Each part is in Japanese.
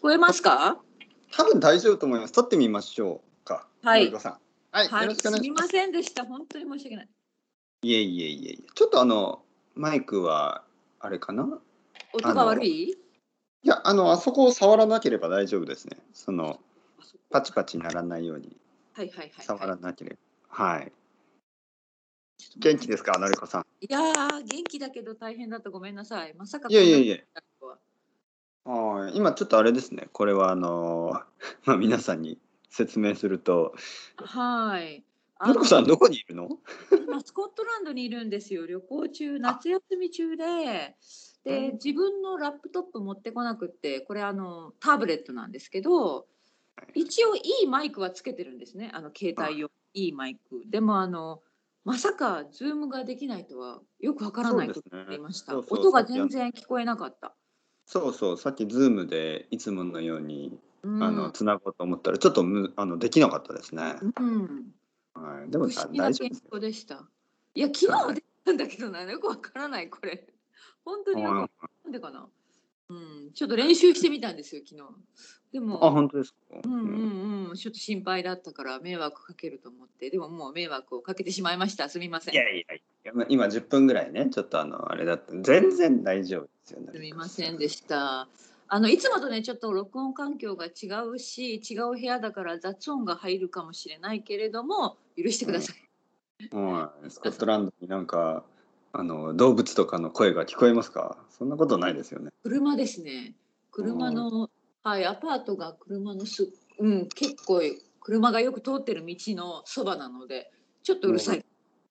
こえますか？ 多分大丈夫と思います。撮ってみましょうか。 はい。 のりこさん。はい、 はい、 よろしくお願いします。 すみませんでした。本当に申し訳ない。 いえいえいえいえ。ちょっとマイクは、あれかな音が悪いい？ や、あそこを触らなければ大丈夫ですね。 あそこ。 パチパチならないようにはいはいはい触はい。 らなければ。はい。 ちょっと待って。 元気ですか、のりこさん。 いや元気だけど大変だった。ごめんなさい。まさかいえこんなこいえいえ。 とになるとは。 今ちょっとあれですね。これはまあ、皆さんに説明すると、 はい。 のりこさんどこにいるの？ 今スコットランドにいるんですよ。旅行中、 あ、 夏休み中で、で、 そう自分のラップトップ持ってこなくって、これタブレットなんですけど、一応いいマイクはつけてるんですね。携帯用いいマイク。でもまさかズームができないとはよくわからそうないことですね。 がありました。 そうそう、 音がさっき全然聞こえなかった。 そうそう、さっき Zoom でいつものように、 うん。 つなごうと思ったら、ちょっとできなかったですね。 うん。 はい。でも、 不思議な現大丈夫ですよ。 象でした。いや、昨日ははい。 できたんだけどな、よくわからない、これ。本当によくはい。 なんでかな。うん、ちょっと練習してみたんですよ、昨日。であ、 も、 本当ですか？ うんうん。 ちょっと心配だったから迷惑かけると思って、でももう迷惑をかけてしまいました。すみません。 いやいやいや、今10分ぐらいね、ちょっとあれだった全然大丈夫ですよ、のすみりこさん。 ませんでした。いつもとね、ちょっと録音環境が違うし、違う部屋だから雑音が入るかもしれないけれども、許してください。 はい。スコッ皆さん。 トランドになんか、動物とかの声が聞こえますか？そんなことないですよね。 車ですね。車はい。 の、はい、アパートが車の結構車がよく通ってる道のそばなので、ちょっとうるさい。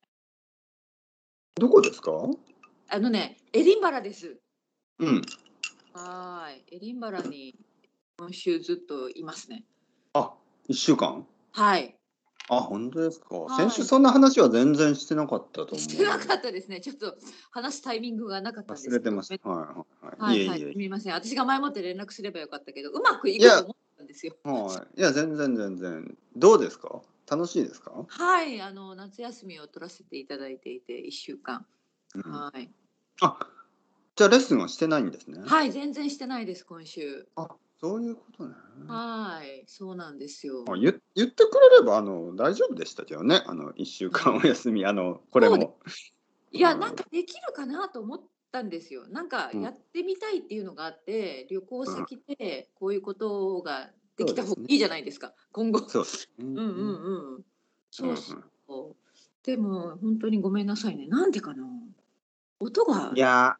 どこですか？ エディンバラです。 うん。 はい、エディンバラに今週ずっといますね。 あ、1週間？ はい。 あ、本当ですか。先はい。 週そんな話は全然してなかったとしてな思う。 かったですね。ちょっと話すタイミングがなかったんですけど、 忘れてました。はいはいはい。 はいはい、 いえいえ。 すみません。私が前もって連絡すればよかったけど、うまくいいや、 くと思ったんですよ。 はい。いや、全然全然。どうですか？楽しいですか？ はい、夏休みを取らせていただいていて、1週間。 うん。 はい。 あ、じゃあレッスンはしてないんですね。 はい、全然してないです、今週。 あ、そういうことね。 はい、そうなんですよ。 言ってくれれば、大丈夫でしたけどね。1週うん、 間お休み、これそうでも。 いや、なんうん。 かできるかなと思ったんですよ。なんかうん。 やってみたいっていうのがあって、旅行うん。 先でこういうことがでそうですね。 きた方がいいじゃないですか、今後。 そうですね。 うんうんうん。そうそうんうん。 う。でも本当にごめんなさいね。なんでかな。音がいや、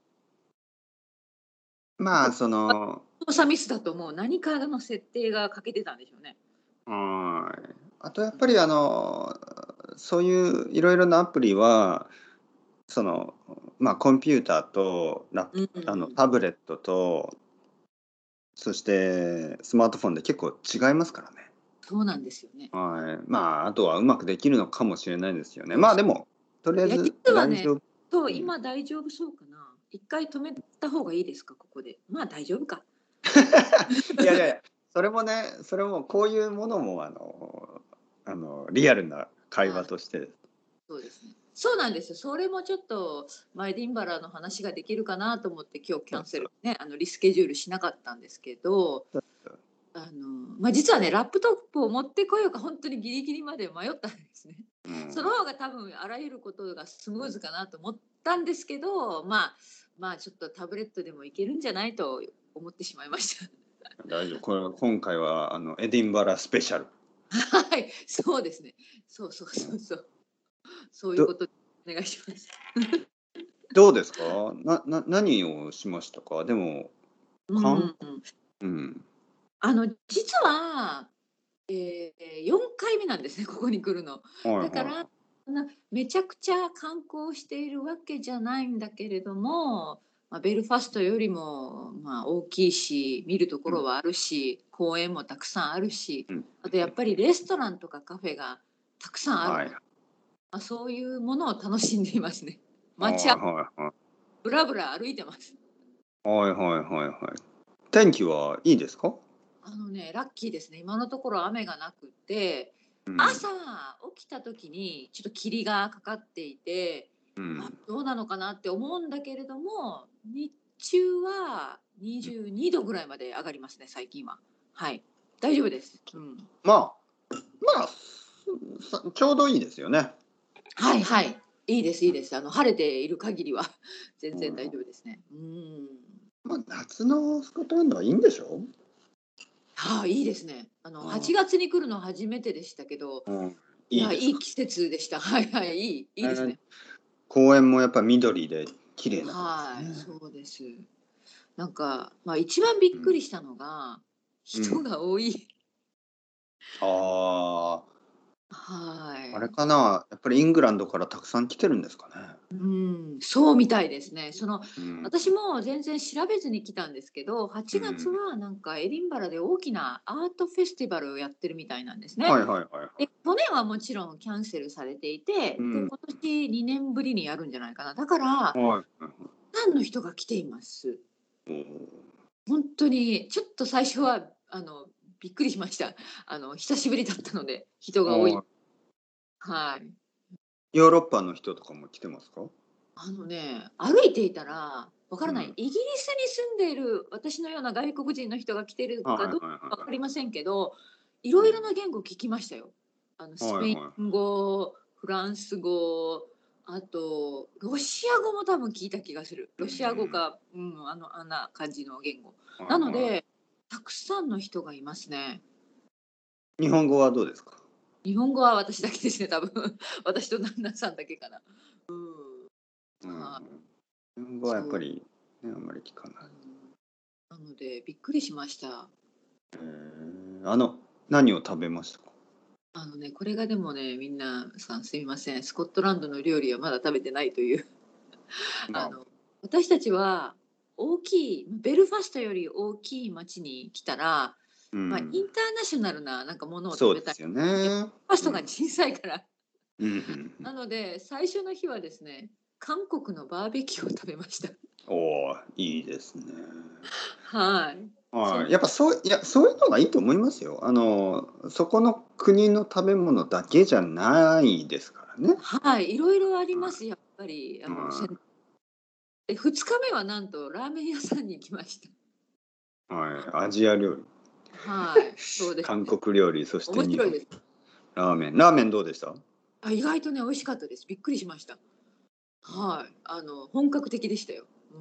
まあ、 操作ミスだと思う。何かの設定が欠けてたんでしょうね。 はい。あとやっうん。 ぱりそういういろいろなアプリは、その、まあ、コンピューターとうん。 タブレットと、そしてスマートフォンで結構違いますからね。 そうなんですよね。 はい。まあ、あとはうまくできるのかもしれないですよね。 そうそう。 まあ、でも、とりあえいや、 ず実はね、 大丈夫。 そう、 うん。 今大丈夫そうかな。一回止めた方がいいですか、ここで。まあ大丈夫か。 いやいやいや、それもこういうものもリアルな会ああ、 話としてそうですね。そうなんですよ。それもちょっと、エディンバラの話ができるかなと思って今日キャンセそうそう。 ルね、リスケジュールしなかったんですけど、 そうそう。 実はね、ラップトップを持ってこようか本当にギリギリまで迷ったんですね。 うそのん。 方が多分あらゆることがスムーズかなと思ったんですけど、ちょっとタブレットでもいけるんじゃないと思ってしまいました。 大丈夫。今回はエディンバラスペシャル。 はい、そうですね。そうそううん。 そうそう。そういうどことお願いします。 どうですか？何をしましたか？でも、 うかんん。 うん。 実は、4回目なんですね、ここに来るの。 はいだから、 はい。 めちゃくちゃ観光しているわけじゃないんだけれども、ベルファストよりも、大きいし、見るとこうん、 ろはあるし、公園もたくさんあるし、 うん。 あとやっぱりレストランとかカフェがたくさんあるはい。 の。そういうものを楽しんでいますね。 はい街はいはい。 ぶらぶら歩いてます。 はいはいはいはい。天気はいいですか？ ラッキーですね。今のところ雨がなくて、 うん。 朝起きた時にちょっと霧がかかっていて、 うん。 どうなのかなって思うんだけれども、日中は22度ぐらいまで上がりますね、最近は。はい。大丈夫です。うん。 まあ、まあ、ちょうどいいですよね。 はいはい。いいです、いいです。晴れている限りは全然大うん。 丈夫ですね。うん。 まあ、夏のスコットランドはいいんでしょはい、いいですね。 う？ 8月に来るの初めてでしたけど、 うん。 いや、 いいですか？ いい季節でした。はいはい、いいですね。 公園もやっぱ緑で綺麗なとこですはい、 ね。 そうです。なんか、一番びうん。 っくりしたのが、人うん。 が多い。 あはあ、あれい。 かな、やっぱりイングランドからたくさん来てるんですかね？ うん、そうみたいですね。 うん。 私も全然調べずに来たんですけど、8月うん。 はなんかエディンバラで大きなアートフェスティバルをやってるみたいなんですね。 はいはいはいはい。 で、去年はもちろんキャンセルされていて、で、 うん。 今年2年ぶりにやるんじゃないかな。だから、 はいはいはい。 たくさんの人が来ています。 おお。 本当にちょっと最初はびっくりしました。久しぶりだったので、人が多い。 ああ、 はい。 ヨーロッパの人とかも来てますか？ 歩いていたら、わからない、 うん。 イギリスに住んでいる私のような外国人の人が来てるはいはいかどうかはいはい。 わかりませんけど、いろいろうん。 な言語聞きましたよ。スペイはいはい。 ン語、フランス語、あとロシア語も多分聞いた気がする。 うロシア語ん。 か、あんな感じの言語。 はいはなので、たくさんの人がいますね。 い。日本語はどうですか？ 日本語は私だけですね、多分。私と旦那さんだけかな。 うん。 はい、 日本語はやっそう。 ぱり、ね、あんまり聞かない。 うん、なので、びっくりしました。 へ何を食べましたか？ これがでもね、みんなさんすみません、スコットランドの料理はまだ食べてないという。 まあ、 あの、私たちは大きい、ベルファストより大きい町に来たら、イうん。 ンターナショナルななんかものを食べたい。 そうですよベルね。 ファストがうん。 小さいから。 うんうんうん。 なので、最初の日はですね、韓国のバーベキューを食べました。 おお、いいですね。 はい。そはい。 んやっぱそういうのがいいと思いますよ。そこの国の食べ物だけじゃないですからね。 はい、いろいろありはます、やっぱり。 い。は 2日目はなんとラーメン屋さんに行きました。 い。はい。アジア料理。 はい、そうです韓ね。 国料理、そして日本。 面白いです。 ラーメンどうでした？ 意外とね、美味しかったです。びっくりしました。はい。本格的でしたよ。うん。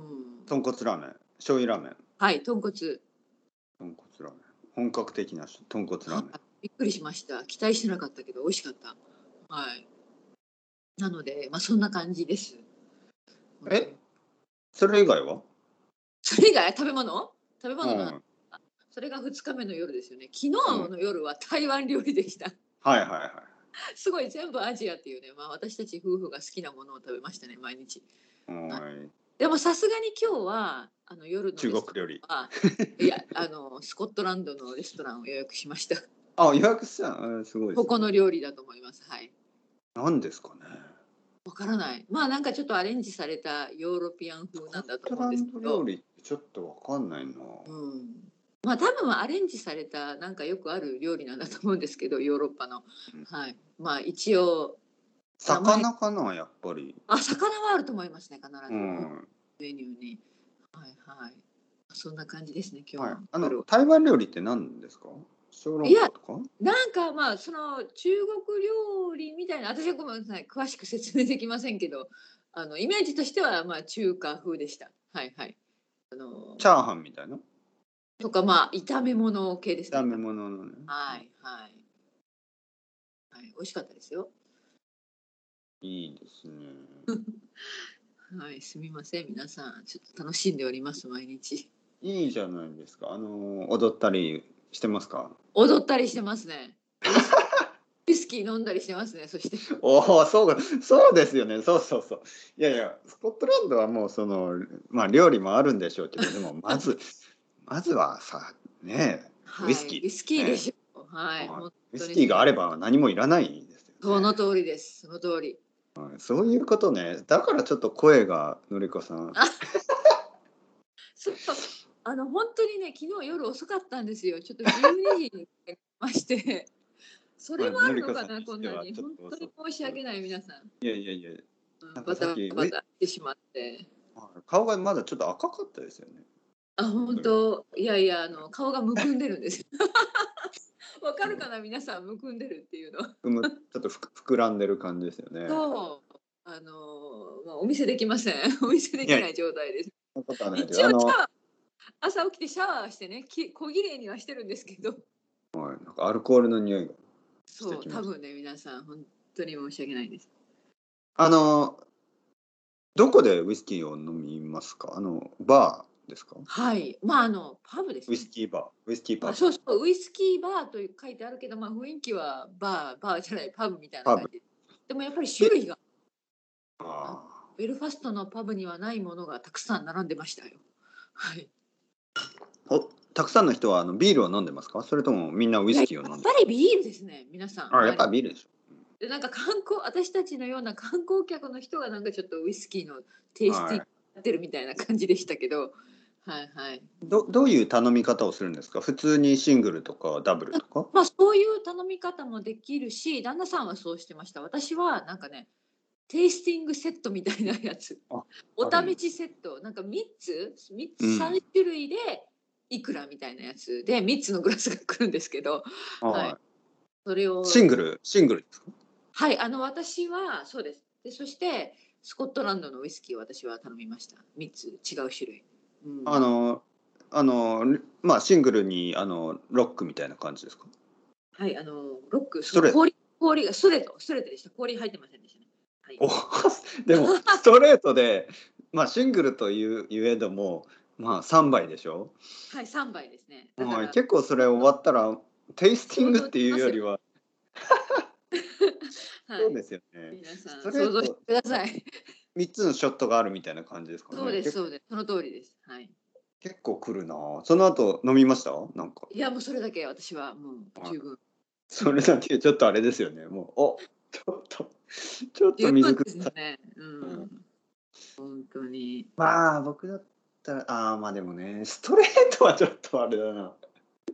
豚骨ラーメン、醤油ラーメン、 はい、豚骨。 豚骨ラーメン。本格的な豚骨ラはい、 ーメン。 びっくりしました。期待してなかったけど美味しかった。はい。なので、そんな感じです。本当え、 に。 それ以外は？ それ以外、食べ物の話、 うん。 それが2日目の夜ですよね。昨日うん。 の夜は台湾料理でした。 はいはいはい。 すごい全部アジアっていうね、私たち夫婦が好きなものを食べましたね、毎日。はい。 はい。 でもさすがに今日は、夜の中レスト国料理。 ランは、いや、スコットランドのレストランを予約しました。 あ、予約した。すごいですね。 ここの料理だと思います。はい。 何ですかね。 わからない。なんかちょっとアレンジされたヨーロピアンス風なんコットだと思うんですランド料けど、 理ってちょっとわかんないな。 うん。多分アレンジされたなんかよくある料理なんだと思うんですけど、ヨーロッパの。 うん。 はい。一応名前、 魚かな、やっぱり。 魚はあると思いますね、必うず。 ん。 メニューに。はいはい。そんな感じですね、今日はい。 の夜は。 台湾料理って何ですか？小籠いや、 包とか？ なんかその中国料理みたいな、私はごめんなさい、詳しく説明できませんけど、イメージとしては中華風でした。はいはい。あの、 チャーハンみたいな？ とか炒め物系ですね、 炒め炒め。 物のね。 はいはい。はい、美味しかったですよ。 いいですね。 はい、すみません、皆さん、ちょっと楽しんでおります、毎日。 いいじゃないですか。踊ったりしてますか？ 踊ったりしてますね。ウイスキー飲んだりしてますね、そして。 おお、そうですよね。そうそうそう。いやいや、スコットランドはもう料理もあるんでしょうけど、でもまずはさ、ね、ウイはい、 スキーでウイスキーですね。 しょ。はい、 はい。 本ウイ当にそのスキーがあれば何もいらないですよね。 その通りです。その通り。 はい、そういうことね。だからちょっと声がのりこさん。 あ、そう、本当にね、昨日夜遅かったんですよ。ちょっと12時に寝まして、それはい、 もあのりこさんるのかな、 にしてはこんなに。本当にちょっと遅く。 申し訳ない、皆さん。 いやいやいや、なんかバタさっきバタしてしまって。 顔がまだちょっと赤かったですよね。 あ、本当。いやいや、顔がむくんでるんですよ。わかるかな、皆さん、むくんでるっていうの。 ちょっと膨らんでる感じですよね。 そう。お見せできません。お見せでいや、 きない状態です。 そんなことはないです。 一応朝起きてシャワーしてね、小綺麗にはしてるんですけど。 なんかアルコールの匂いがしてそう、 きました。 多分ね、皆さん、本当に申し訳ないです。 あの、どこでウイスキーを飲みますか？バーですか？ はい。パブですウイね。 スキーバー、ウイスキーパあ、 ブ。 そうそう、ウイスキーバーという書いてあるけど、雰囲気はバーじゃない、パブみたいなパブ。 感じ。でもやっぱり種で、 類が、ああベルファストのパブにはないものがたくさん並んでましたよ。はい。 たくさんの人はビールを飲んでますか？それともみんなウイいや、やスキーを飲んでっぱりビールですね、皆さん。 やっぱりビールでしょ。 で、なんか私たちのような観光客の人がなんかちょっとウイスキーのテイスティングはい。 やってるみたいな感じでしたけど、はいはい。 どういう頼み方をするんですか？普通にシングルとかダブルとか？ そういう頼み方もできるし、旦那さんはそうしてました。私はなんかね、テイスティングセットみたいなやつ、 あ、 おあるんです。 試しセット、なんか3 うん。 種類でいくらみたいなやつで、3つのグラスが来るんですけど、はい。 はい。 それを、 シングルですか？ はい、私はそうです。で、そして、スコットランドのウイスキーを私は頼みました。3つ違う種類。うん。 あのシングルにロックみたいな感じですか？ はい、ロック、 ストレート。 氷がストレートでした。氷入ってませんでしたね。はい。 おでもストレートで、シングルというゆえども、3杯でしょ？ はい、3杯ですね。だかはい、 ら、 結構それ終わったら、テイスティン想像グっていうできますよね。 よりは、 はい。 そうですよね。 皆さストん想像してレート、 ください。 3つのショットがあるみたいな感じですかね。 そうですそうです。その通りです。はい。 結構来るな。その後飲みました？なんか。 いや、もうそれだけ私はもうはい。 十分。 それだけちょっとあれですよね。もう、ちょっと十分水ください。 ですね。ううん。 ん。本当に。 僕だったら、でもね、ストレートはちょっとあれだな。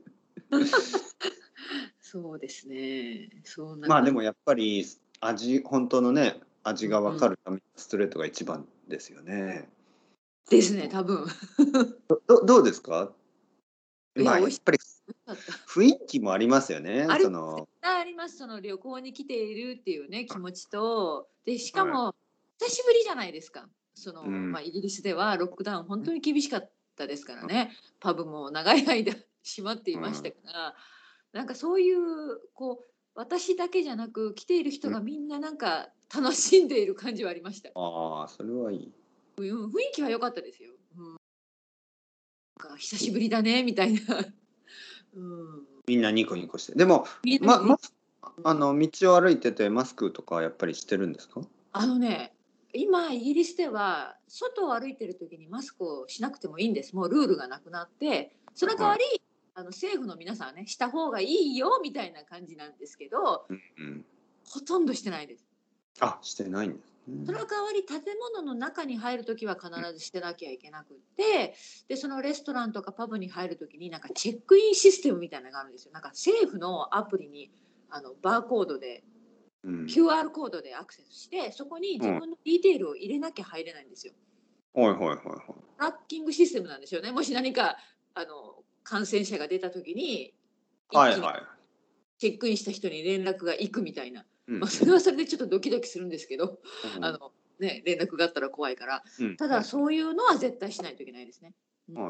そうですね。そんな感じ。 でもやっぱり本当のね、味が分うん。 かるためにストレートが一番ですよね。 ですね、 うん。 多分。 どうですか？ いや、美味しやっぱりかった。 雰囲気もありますよね。 絶対あります。その旅行に来ているっていうね、気持ちと、で、しかはい。 も久しぶりじゃないですか。 うん。 イギリスではロックダウン本当に厳しかったですからね。パブも長い間閉まっていましたうん。 から、なんかそういう私だけじゃなく、来ている人うん。 がみんななんか楽しんでいる感じはありました。 それはいい。 雰囲気は良かったですよ。なんか久しぶりだねみたいな。うん。 みんなニコニコして。でも、 みんなに、 まま道を歩いててマスクとかやっぱりしてるんですか？ ね、今イギリスでは外を歩いてる時にマスクをしなくてもいいんです。もうルールがなくなって、その代わはい。 り政府の皆さんはね、した方がいいよみたいな感じなんですけど、 うんうん。 ほとんどしてないです。 してないんですね。 その代わり建物の中に入る時は必ずしてなきゃいけなくって、でそのレストランとかパブに入る時になんかチェックインシステムみたいなのがあるんですよ。なんか政府のアプリにバーコードでうん。 QR コードでアクセスして、そこにうん。 自分のディテールを入れなきゃ入れないんですよ。 はいはいはいはい。 トラッキングシステムなんですよね。もし何か感染者が出た時に一気にはいはい。 チェックインした人に連絡が行くみたいな。 うんそれはそれでちょっとドキドキするんですけど、 うん。 あの連絡があったら怖いから。 うんたうん。 だそういうのは絶対しないといけないですね。うん、 はいはい。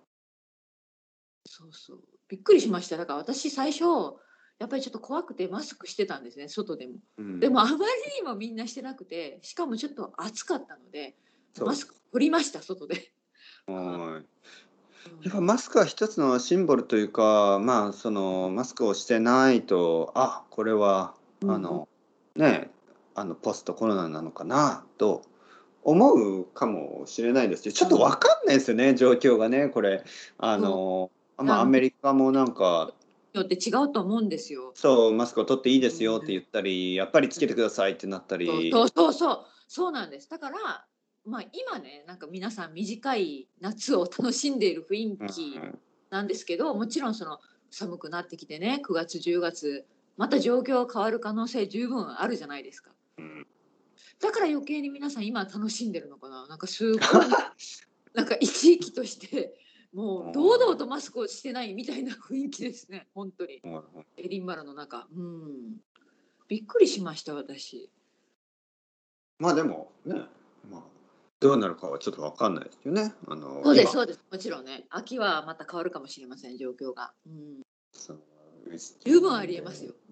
そうそう。びっくりしました。だから私最初やっぱりちょっと怖くてマスクしてたんですね、外でも。 うん。 でもあまりにもみんなしてなくて、しかもちょっと暑かったので、マスクそうです。 取りました、外で。ははい。 い。うやっぱん。 マスクは一つのシンボルというか、マスクをしてないと、これは、 うんうん。 ね、ポストコロナなのかなと思うかもしれないですし、ちょっとわかんないですよね、状況がね、これ。あそう。 の、ア国メリカもなんか、 によって違うと思うんですよ。 そう、マスクを取っていいですよってうん。 言ったり、やっぱりつけてくださいってなったり、 そうなんです。だから、今ね、なんか皆さん短い夏を楽しんでいる雰囲うん、 気なんですけど、もちろん寒くなってきてね、9月、10月、また状況変わる可能性十分あるじゃないですか。 うん、 だから余計に皆さん今楽しんでるのかな。なんかすごいなんか生き生きとしてもう堂々とマスクをしてないみたいな雰囲気ですね。本当にエディンバラの中。びっくりしました私。 まあでもね、まあどうなるかはちょっとわかんないですよね。 そうです今そうです。もちろんね。秋はまた変わるかもしれません状況が。 その十分ありえますよ。